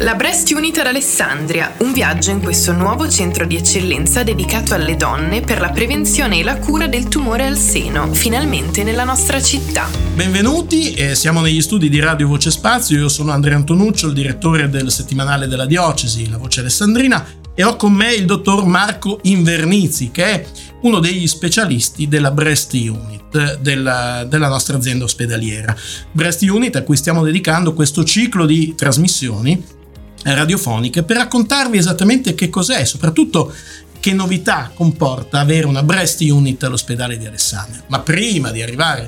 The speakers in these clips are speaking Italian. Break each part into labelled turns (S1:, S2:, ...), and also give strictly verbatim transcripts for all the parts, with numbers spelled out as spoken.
S1: La Breast Unit ad Alessandria, un viaggio in questo nuovo centro di eccellenza dedicato alle donne per la prevenzione e la cura del tumore al seno, finalmente nella nostra città.
S2: Benvenuti, eh, siamo negli studi di Radio Voce Spazio, io sono Andrea Antonuccio, il direttore del settimanale della diocesi, La Voce Alessandrina, e ho con me il dottor Marco Invernizzi, che è uno degli specialisti della Breast Unit della, della nostra azienda ospedaliera. Breast Unit a cui stiamo dedicando questo ciclo di trasmissioni radiofoniche per raccontarvi esattamente che cos'è e soprattutto che novità comporta avere una Breast Unit all'ospedale di Alessandria. Ma prima di arrivare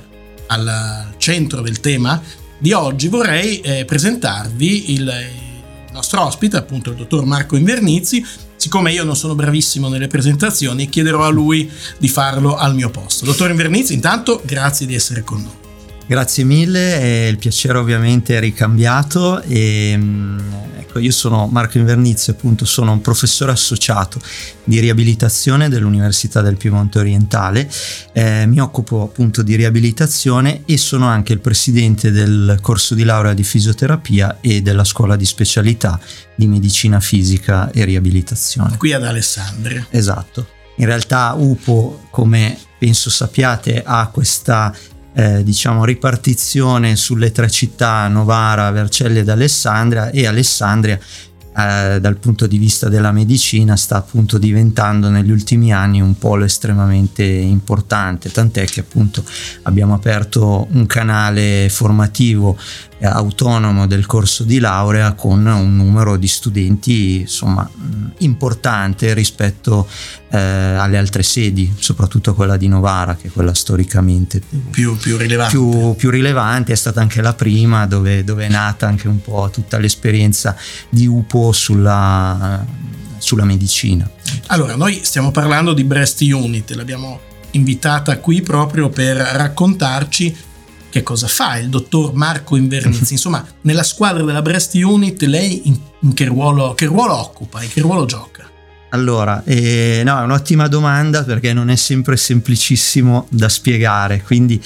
S2: al centro del tema di oggi vorrei eh, presentarvi il, il nostro ospite, appunto il dottor Marco Invernizzi. Siccome io non sono bravissimo nelle presentazioni, chiederò a lui di farlo al mio posto. Dottor Invernizzi, intanto grazie di essere con noi.
S3: Grazie mille, e il piacere ovviamente è ricambiato. E, ecco, io sono Marco Invernizzi, appunto sono un professore associato di riabilitazione dell'Università del Piemonte Orientale, eh, mi occupo appunto di riabilitazione e sono anche il presidente del corso di laurea di fisioterapia e della scuola di specialità di medicina fisica e riabilitazione.
S2: Qui ad Alessandria.
S3: Esatto. In realtà U P O, come penso sappiate, ha questa Eh, diciamo ripartizione sulle tre città, Novara, Vercelli ed Alessandria, e Alessandria eh, dal punto di vista della medicina sta appunto diventando negli ultimi anni un polo estremamente importante, tant'è che appunto abbiamo aperto un canale formativo eh, autonomo del corso di laurea con un numero di studenti insomma importante rispetto eh, alle altre sedi, soprattutto quella di Novara, che è quella storicamente
S2: più, più rilevante.
S3: Più, più rilevante, è stata anche la prima dove, dove è nata anche un po' tutta l'esperienza di U P O sulla, sulla medicina.
S2: Allora, noi stiamo parlando di Breast Unit, l'abbiamo invitata qui proprio per raccontarci che cosa fa il dottor Marco Invernizzi. Insomma, nella squadra della Breast Unit lei in, in che ruolo, che ruolo occupa e che ruolo gioca?
S3: Allora, eh, no, è un'ottima domanda perché non è sempre semplicissimo da spiegare, quindi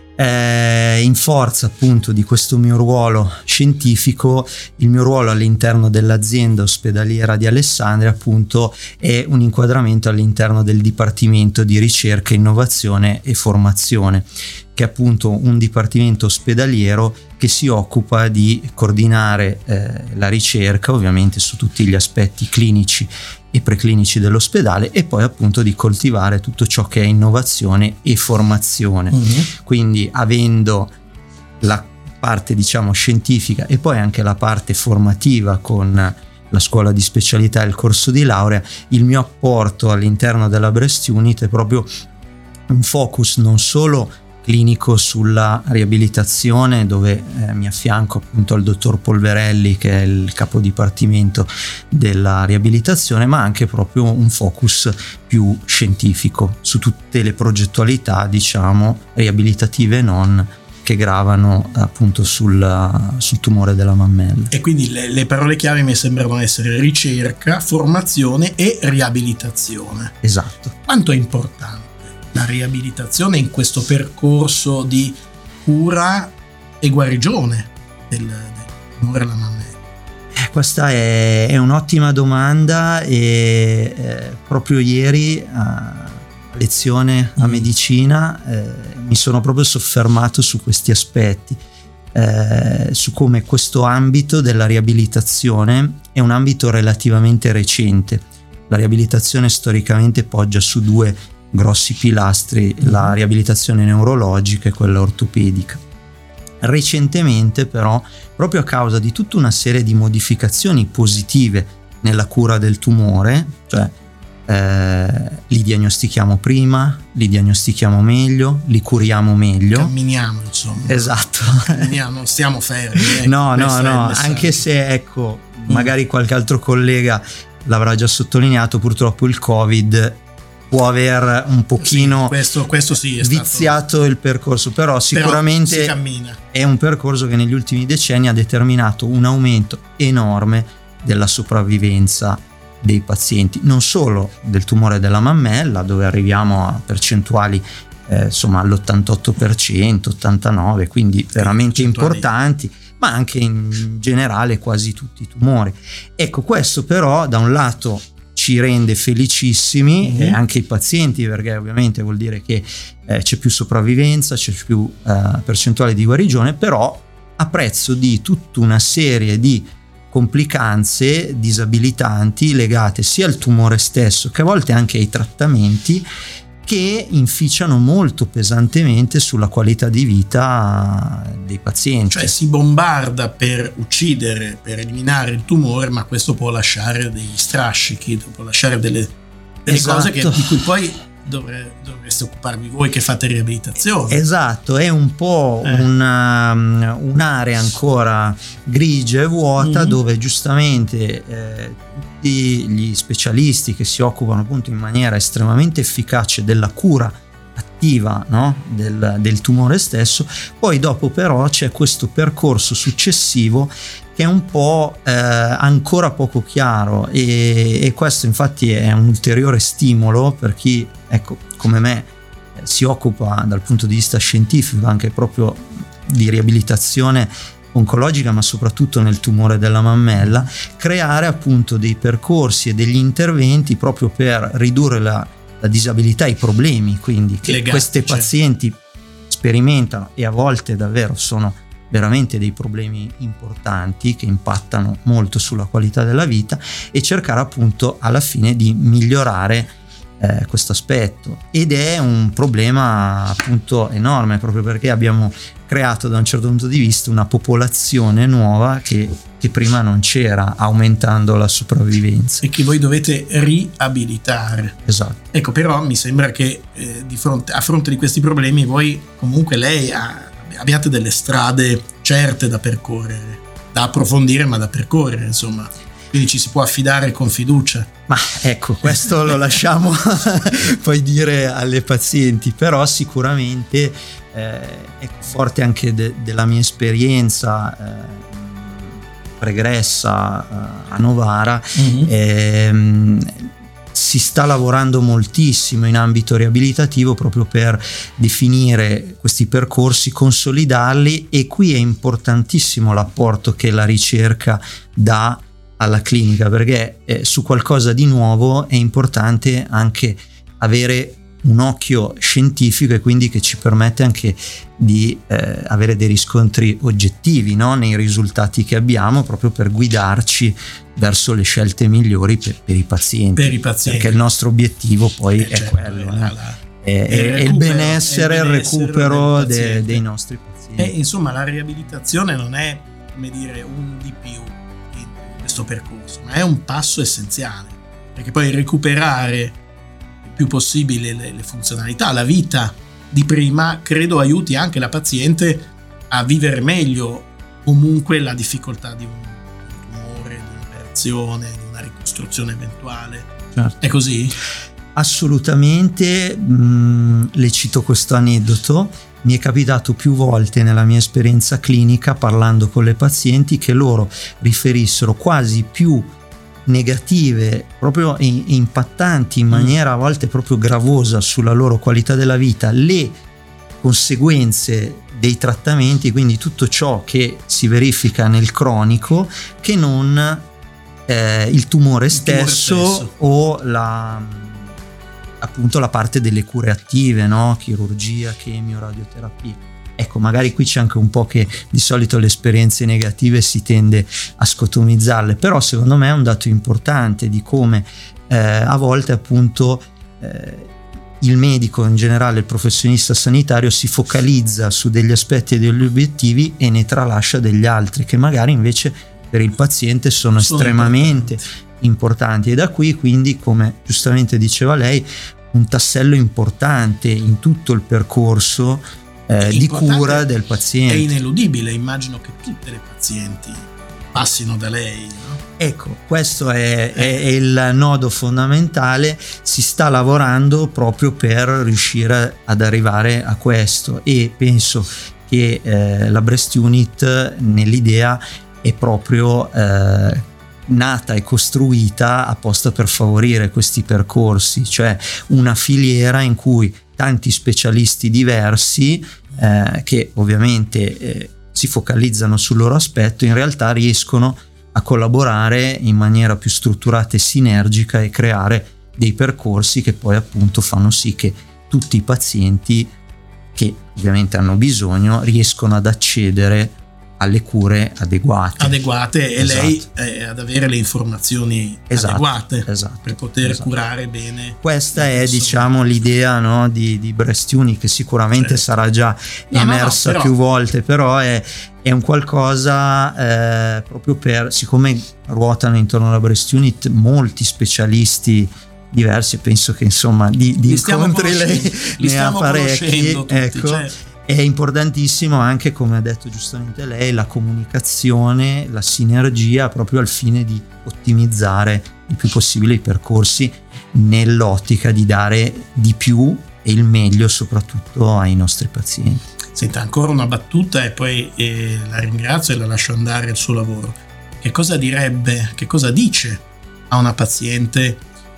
S3: eh, in forza appunto di questo mio ruolo scientifico, il mio ruolo all'interno dell'azienda ospedaliera di Alessandria appunto è un inquadramento all'interno del Dipartimento di Ricerca, Innovazione e Formazione, che è appunto un dipartimento ospedaliero che si occupa di coordinare eh, la ricerca ovviamente su tutti gli aspetti clinici e preclinici dell'ospedale, e poi appunto di coltivare tutto ciò che è innovazione e formazione. Mm-hmm. Quindi avendo la parte diciamo scientifica e poi anche la parte formativa con la scuola di specialità e il corso di laurea, il mio apporto all'interno della Breast Unit è proprio un focus non solo clinico sulla riabilitazione, dove eh, mi affianco appunto al dottor Polverelli, che è il capodipartimento della riabilitazione, ma anche proprio un focus più scientifico su tutte le progettualità diciamo riabilitative e non che gravano appunto sul, sul tumore della mammella.
S2: E quindi le, le parole chiave mi sembrano essere ricerca, formazione e riabilitazione.
S3: Esatto.
S2: Quanto è importante la riabilitazione in questo percorso di cura e guarigione del, del tumore alla mammella?
S3: Eh, questa è, è un'ottima domanda e eh, proprio ieri a lezione a medicina eh, mi sono proprio soffermato su questi aspetti, eh, su come questo ambito della riabilitazione è un ambito relativamente recente. La riabilitazione storicamente poggia su due grossi pilastri, la riabilitazione neurologica e quella ortopedica. Recentemente però, proprio a causa di tutta una serie di modificazioni positive nella cura del tumore, cioè eh, li diagnostichiamo prima, li diagnostichiamo meglio, li curiamo meglio.
S2: Camminiamo, insomma.
S3: Esatto.
S2: Camminiamo, non stiamo fermi. Eh.
S3: No, no, no, anche se ecco, mm. magari qualche altro collega l'avrà già sottolineato, purtroppo il Covid può aver un pochino
S2: sì, questo, questo sì, è
S3: viziato
S2: stato...
S3: il percorso, però sicuramente
S2: però si cammina.
S3: È un percorso che negli ultimi decenni ha determinato un aumento enorme della sopravvivenza dei pazienti, non solo del tumore della mammella, dove arriviamo a percentuali eh, insomma all'ottantotto per cento, ottantanove per cento, quindi veramente importanti, ma anche in generale quasi tutti i tumori. Ecco, questo però da un lato ci rende felicissimi, mm-hmm. e anche i pazienti, perché ovviamente vuol dire che eh, c'è più sopravvivenza, c'è più eh, percentuale di guarigione, però a prezzo di tutta una serie di complicanze disabilitanti legate sia al tumore stesso che a volte anche ai trattamenti, che inficiano molto pesantemente sulla qualità di vita dei pazienti.
S2: Cioè si bombarda per uccidere, per eliminare il tumore, ma questo può lasciare degli strascichi, può lasciare delle, delle
S3: esatto.
S2: cose che, di cui poi dovre, dovreste occuparvi voi che fate riabilitazione.
S3: Esatto, è un po' eh. una, un'area ancora grigia e vuota, mm-hmm. dove giustamente eh, tutti gli specialisti che si occupano appunto in maniera estremamente efficace della cura attiva, no? del, del tumore stesso, poi dopo però c'è questo percorso successivo che è un po' eh, ancora poco chiaro, e, e questo infatti è un ulteriore stimolo per chi, ecco, come me eh, si occupa dal punto di vista scientifico anche proprio di riabilitazione oncologica, ma soprattutto nel tumore della mammella, creare appunto dei percorsi e degli interventi proprio per ridurre la, la disabilità, i problemi quindi che Legati, queste pazienti cioè. sperimentano, e a volte davvero sono veramente dei problemi importanti che impattano molto sulla qualità della vita, e cercare appunto alla fine di migliorare eh, questo aspetto. Ed è un problema appunto enorme, proprio perché abbiamo creato da un certo punto di vista una popolazione nuova che, che prima non c'era, aumentando la sopravvivenza.
S2: E che voi dovete riabilitare.
S3: Esatto.
S2: Ecco, però mi sembra che eh, di fronte, a fronte di questi problemi voi comunque lei ha abbiate delle strade certe da percorrere, da approfondire ma da percorrere, insomma, quindi ci si può affidare con fiducia.
S3: Ma ecco, questo lo lasciamo poi dire alle pazienti, però sicuramente eh, è forte anche de- della mia esperienza eh, pregressa eh, a Novara. Mm-hmm. ehm, Si sta lavorando moltissimo in ambito riabilitativo proprio per definire questi percorsi, consolidarli, e qui è importantissimo l'apporto che la ricerca dà alla clinica, perché eh, su qualcosa di nuovo è importante anche avere un occhio scientifico, e quindi che ci permette anche di eh, avere dei riscontri oggettivi, no? nei risultati che abbiamo, proprio per guidarci verso le scelte migliori per, per i pazienti,
S2: per i pazienti,
S3: perché il nostro obiettivo poi eh, è certo, quello, la, la, è, è, il, è il benessere, il recupero de, dei nostri pazienti.
S2: E insomma la riabilitazione non è, come dire, un di più in questo percorso, ma è un passo essenziale, perché poi recuperare il più possibile le, le funzionalità, la vita di prima, credo aiuti anche la paziente a vivere meglio comunque la difficoltà di un di una ricostruzione eventuale.
S3: Certo.
S2: È così?
S3: Assolutamente. Mh, le cito questo aneddoto. Mi è capitato più volte nella mia esperienza clinica, parlando con le pazienti, che loro riferissero quasi più negative, proprio impattanti in maniera a volte proprio gravosa sulla loro qualità della vita, le conseguenze dei trattamenti, quindi tutto ciò che si verifica nel cronico, che non Eh, il tumore il stesso, tumore stesso o la appunto la parte delle cure attive, no? Chirurgia, chemio, radioterapia. Ecco, magari qui c'è anche un po' che di solito le esperienze negative si tende a scotomizzarle, però secondo me è un dato importante di come eh, a volte appunto eh, il medico, in generale il professionista sanitario, si focalizza su degli aspetti e degli obiettivi e ne tralascia degli altri che magari invece per il paziente sono, sono estremamente importanti. importanti e da qui quindi, come giustamente diceva lei, un tassello importante in tutto il percorso eh, di cura del paziente.
S2: È ineludibile, immagino che tutte le pazienti passino da lei, no?
S3: Ecco, questo è, è, è il nodo fondamentale. Si sta lavorando proprio per riuscire ad arrivare a questo, e penso che eh, la Breast Unit nell'idea è proprio eh, nata e costruita apposta per favorire questi percorsi, cioè una filiera in cui tanti specialisti diversi eh, che ovviamente eh, si focalizzano sul loro aspetto, in realtà riescono a collaborare in maniera più strutturata e sinergica e creare dei percorsi che poi appunto fanno sì che tutti i pazienti che ovviamente hanno bisogno riescono ad accedere alle cure adeguate
S2: adeguate e
S3: esatto.
S2: lei eh, ad avere le informazioni
S3: esatto,
S2: adeguate
S3: esatto,
S2: per poter
S3: esatto.
S2: curare bene.
S3: Questa è diciamo l'idea, no, di, di Breast Unit, che sicuramente certo. sarà già no, emersa no, no, però... più volte, però è, è un qualcosa eh, proprio per, siccome ruotano intorno alla Breast Unit molti specialisti diversi, penso che insomma di, di incontri lei ne ha parecchi, tutti, ecco. Certo. È importantissimo anche, come ha detto giustamente lei, la comunicazione, la sinergia, proprio al fine di ottimizzare il più possibile i percorsi nell'ottica di dare di più e il meglio soprattutto ai nostri pazienti.
S2: Senta, ancora una battuta e poi eh, la ringrazio e la lascio andare al suo lavoro. Che cosa direbbe, che cosa dice a una paziente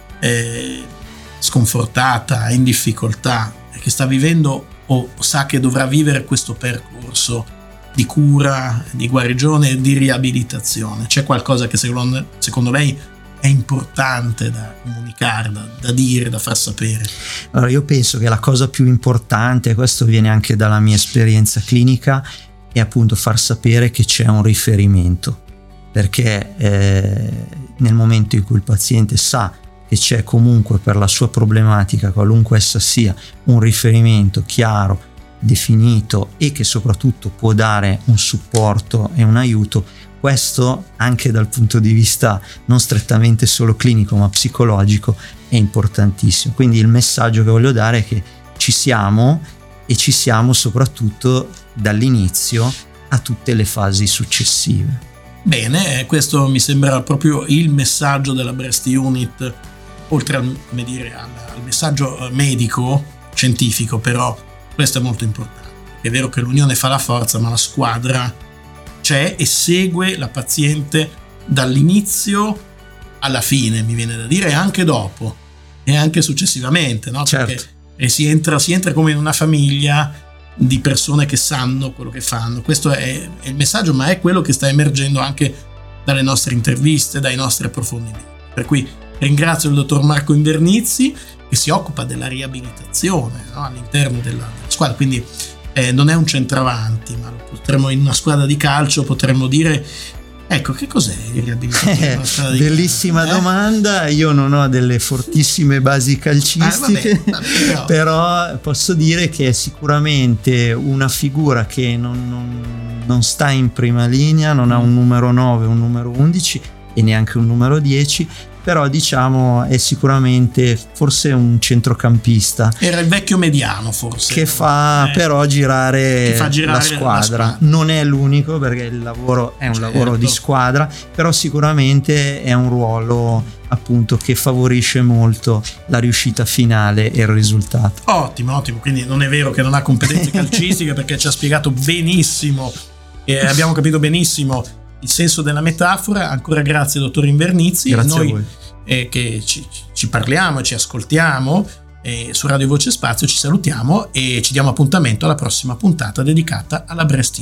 S2: eh, sconfortata, in difficoltà, che sta vivendo o sa che dovrà vivere questo percorso di cura, di guarigione e di riabilitazione? C'è qualcosa che secondo, secondo lei è importante da comunicare, da, da dire, da far sapere?
S3: Allora, io penso che la cosa più importante, questo viene anche dalla mia esperienza clinica, è appunto far sapere che c'è un riferimento, perché eh, nel momento in cui il paziente sa che c'è comunque per la sua problematica, qualunque essa sia, un riferimento chiaro, definito e che soprattutto può dare un supporto e un aiuto, questo anche dal punto di vista non strettamente solo clinico ma psicologico è importantissimo. Quindi il messaggio che voglio dare è che ci siamo, e ci siamo soprattutto dall'inizio a tutte le fasi successive.
S2: Bene, questo mi sembra proprio il messaggio della Breast Unit, oltre al, come dire, al, al messaggio medico, scientifico, però questo è molto importante. È vero che l'unione fa la forza, ma la squadra c'è e segue la paziente dall'inizio alla fine, mi viene da dire, e anche dopo e anche successivamente, no?
S3: Certo.
S2: Perché e si entra, si entra come in una famiglia di persone che sanno quello che fanno. Questo è, è il messaggio, ma è quello che sta emergendo anche dalle nostre interviste, dai nostri approfondimenti. Per cui ringrazio il dottor Marco Invernizzi, che si occupa della riabilitazione, no? all'interno della, della squadra, quindi eh, non è un centravanti, ma potremmo, in una squadra di calcio potremmo dire, ecco, che cos'è il riabilitatore?
S3: Eh, bellissima calcio, eh? domanda. Io non ho delle fortissime basi calcistiche, ah, vabbè, vabbè, però. però posso dire che è sicuramente una figura che non, non, non sta in prima linea, non ha un numero nove, un numero undici e neanche un numero dieci, però diciamo è sicuramente forse un centrocampista.
S2: Era il vecchio mediano forse.
S3: Che fa eh, però girare,
S2: che fa girare
S3: la, squadra.
S2: la squadra.
S3: Non è l'unico, perché il lavoro è un certo. lavoro di squadra, però sicuramente è un ruolo appunto che favorisce molto la riuscita finale e il risultato.
S2: Ottimo, ottimo. Quindi non è vero che non ha competenze calcistiche, perché ci ha spiegato benissimo e abbiamo capito benissimo il senso della metafora. Ancora grazie dottor Invernizzi.
S3: Grazie
S2: Noi,
S3: a voi.
S2: Eh, che ci, ci parliamo e ci ascoltiamo eh, su Radio Voce Spazio, ci salutiamo e ci diamo appuntamento alla prossima puntata dedicata alla Breast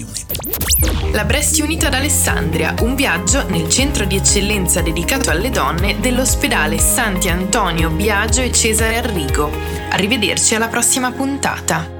S2: Unit.
S1: La Breast Unit ad Alessandria, un viaggio nel centro di eccellenza dedicato alle donne dell'ospedale Santi Antonio Biagio e Cesare Arrigo. Arrivederci alla prossima puntata.